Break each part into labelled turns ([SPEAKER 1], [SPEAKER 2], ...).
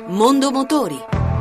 [SPEAKER 1] Mondo Motori.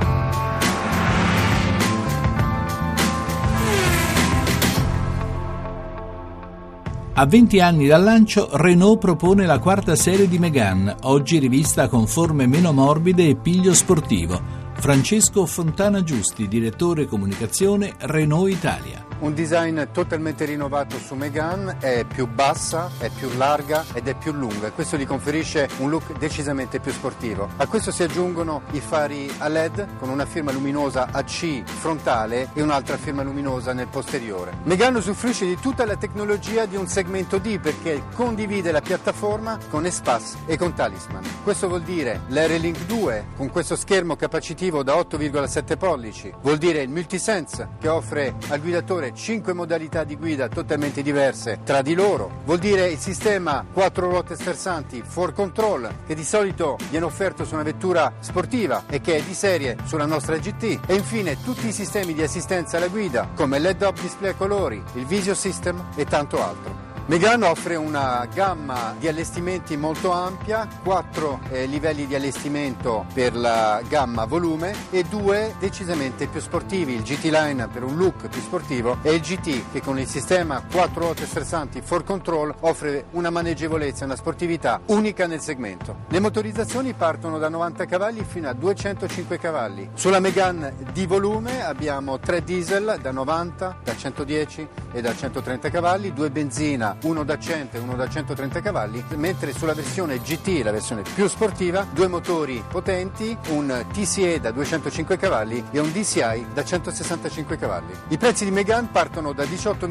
[SPEAKER 2] A 20 anni dal lancio, Renault propone la quarta serie di Mégane, oggi rivista con forme meno morbide e piglio sportivo. Francesco Fontana Giusti, direttore comunicazione Renault Italia.
[SPEAKER 3] Un design totalmente rinnovato su Mégane, è più bassa, è più larga ed è più lunga. Questo gli conferisce un look decisamente più sportivo. A questo si aggiungono i fari a LED con una firma luminosa AC frontale e un'altra firma luminosa nel posteriore. Mégane usufruisce di tutta la tecnologia di un segmento D perché condivide la piattaforma con Espace e con Talisman. Questo vuol dire l'R-Link 2 con questo schermo capacitivo da 8,7 pollici, vuol dire il Multisense che offre al guidatore 5 modalità di guida totalmente diverse tra di loro, vuol dire il sistema 4 ruote stersanti 4Control che di solito viene offerto su una vettura sportiva e che è di serie sulla nostra GT, e infine tutti i sistemi di assistenza alla guida come l'head-up display a colori, il Visio System e tanto altro. Mégane offre una gamma di allestimenti molto ampia, 4 livelli di allestimento per la gamma volume e 2 decisamente più sportivi, il GT Line per un look più sportivo e il GT che con il sistema 4 ruote stersanti 4Control offre una maneggevolezza e una sportività unica nel segmento. Le motorizzazioni partono da 90 cavalli fino a 205 cavalli. Sulla Mégane di volume abbiamo 3 diesel da 90, da 110 e da 130 cavalli, 2 benzina, uno da 100 e uno da 130 cavalli, mentre sulla versione GT, la versione più sportiva, 2 motori potenti, un TCE da 205 cavalli e un DCI da 165 cavalli. I prezzi di Mégane partono da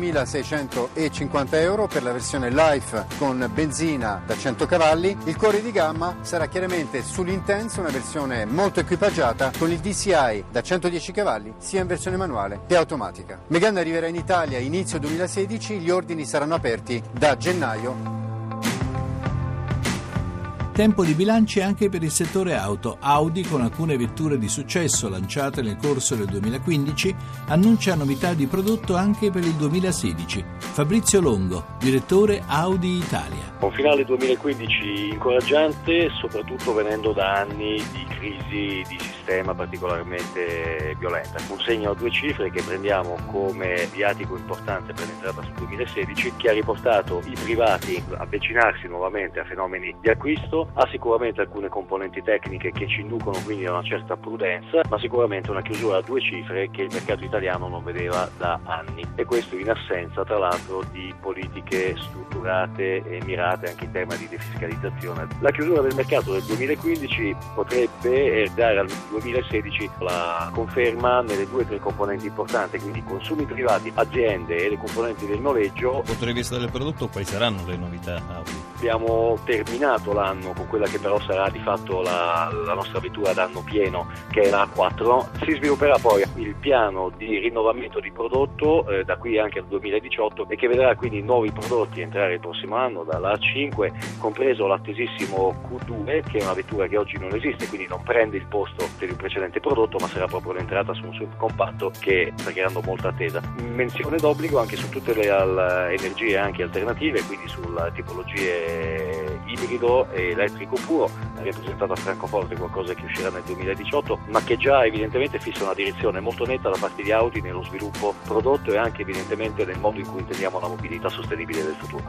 [SPEAKER 3] 18.650 euro per la versione Life con benzina da 100 cavalli. Il cuore di gamma sarà chiaramente sull'Intense, una versione molto equipaggiata con il DCI da 110 cavalli sia in versione manuale che automatica. Mégane arriverà in Italia inizio 2016, gli ordini saranno aperti da gennaio.
[SPEAKER 2] Tempo di bilanci anche per il settore auto. Audi, con alcune vetture di successo lanciate nel corso del 2015, annuncia novità di prodotto anche per il 2016. Fabrizio Longo, direttore Audi Italia.
[SPEAKER 4] Un finale 2015 incoraggiante, soprattutto venendo da anni di crisi di sistema particolarmente violenta. Un segno a 2 cifre che prendiamo come viatico importante per l'entrata sul 2016, che ha riportato i privati a avvicinarsi nuovamente a fenomeni di acquisto. Ha sicuramente alcune componenti tecniche che ci inducono quindi a una certa prudenza, ma sicuramente una chiusura a 2 cifre che il mercato italiano non vedeva da anni, e questo in assenza tra l'altro di politiche strutturate e mirate anche in tema di defiscalizzazione. La chiusura del mercato del 2015 potrebbe dare al 2016 la conferma nelle 2 o 3 componenti importanti, quindi consumi privati, aziende e le componenti del noleggio.
[SPEAKER 5] Dal punto di vista del prodotto, quali saranno le novità Audi?
[SPEAKER 4] Abbiamo terminato l'anno con quella che però sarà di fatto la nostra vettura ad anno pieno, che è la A4. Si svilupperà poi il piano di rinnovamento di prodotto da qui anche al 2018, e che vedrà quindi nuovi prodotti entrare il prossimo anno, dalla A5, compreso l'attesissimo Q2, che è una vettura che oggi non esiste, quindi non prende il posto di un precedente prodotto, ma sarà proprio l'entrata su un subcompatto che sta creando molta attesa. Menzione d'obbligo anche su tutte le energie anche alternative, quindi sulle tipologie ibrido e elettrico puro, rappresentato a Francoforte qualcosa che uscirà nel 2018, ma che già evidentemente fissa una direzione molto netta da parte di Audi nello sviluppo prodotto e anche evidentemente nel modo in cui intendiamo la mobilità sostenibile del futuro.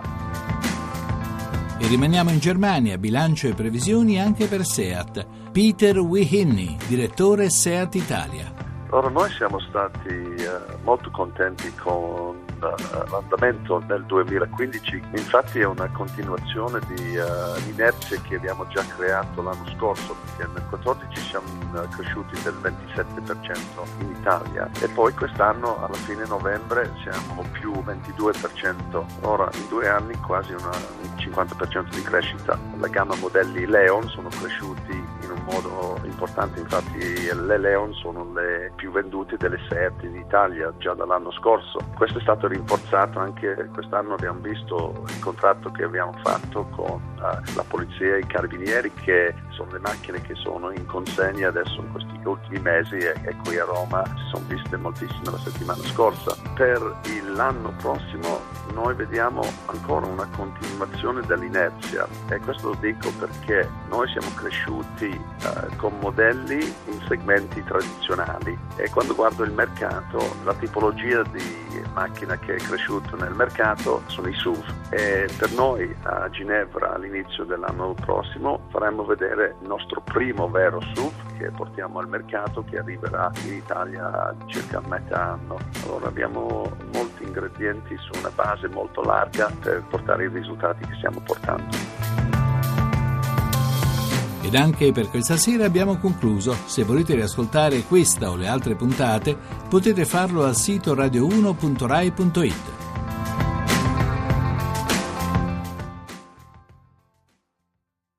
[SPEAKER 2] E rimaniamo in Germania, bilancio e previsioni anche per Seat. Peter Wihinny, direttore Seat Italia.
[SPEAKER 6] Ora, noi siamo stati molto contenti con l'andamento del 2015, infatti è una continuazione di inerzie che abbiamo già creato l'anno scorso, perché nel 2014 siamo cresciuti del 27% in Italia e poi quest'anno alla fine novembre siamo più 22%, ora in 2 anni quasi un 50% di crescita. La gamma modelli Leon sono cresciuti in un modo importante, infatti le Leon sono le più vendute delle Seat in Italia già dall'anno scorso. Questo è stato rinforzato anche quest'anno, abbiamo visto il contratto che abbiamo fatto con la polizia e i carabinieri, che sono le macchine che sono in consegna adesso in questi ultimi mesi e qui a Roma si sono viste moltissime la settimana scorsa. Per l'anno prossimo noi vediamo ancora una continuazione dell'inerzia, e questo lo dico perché noi siamo cresciuti con modelli in segmenti tradizionali, e quando guardo il mercato, la tipologia di macchina che è cresciuta nel mercato sono i SUV, e per noi a Ginevra all'inizio dell'anno prossimo faremo vedere il nostro primo vero SUV che portiamo al mercato, che arriverà in Italia circa a metà anno. Allora abbiamo molti ingredienti su una base molto larga per portare i risultati che stiamo portando.
[SPEAKER 2] Ed anche per questa sera abbiamo concluso. Se volete riascoltare questa o le altre puntate, potete farlo al sito radio1.rai.it.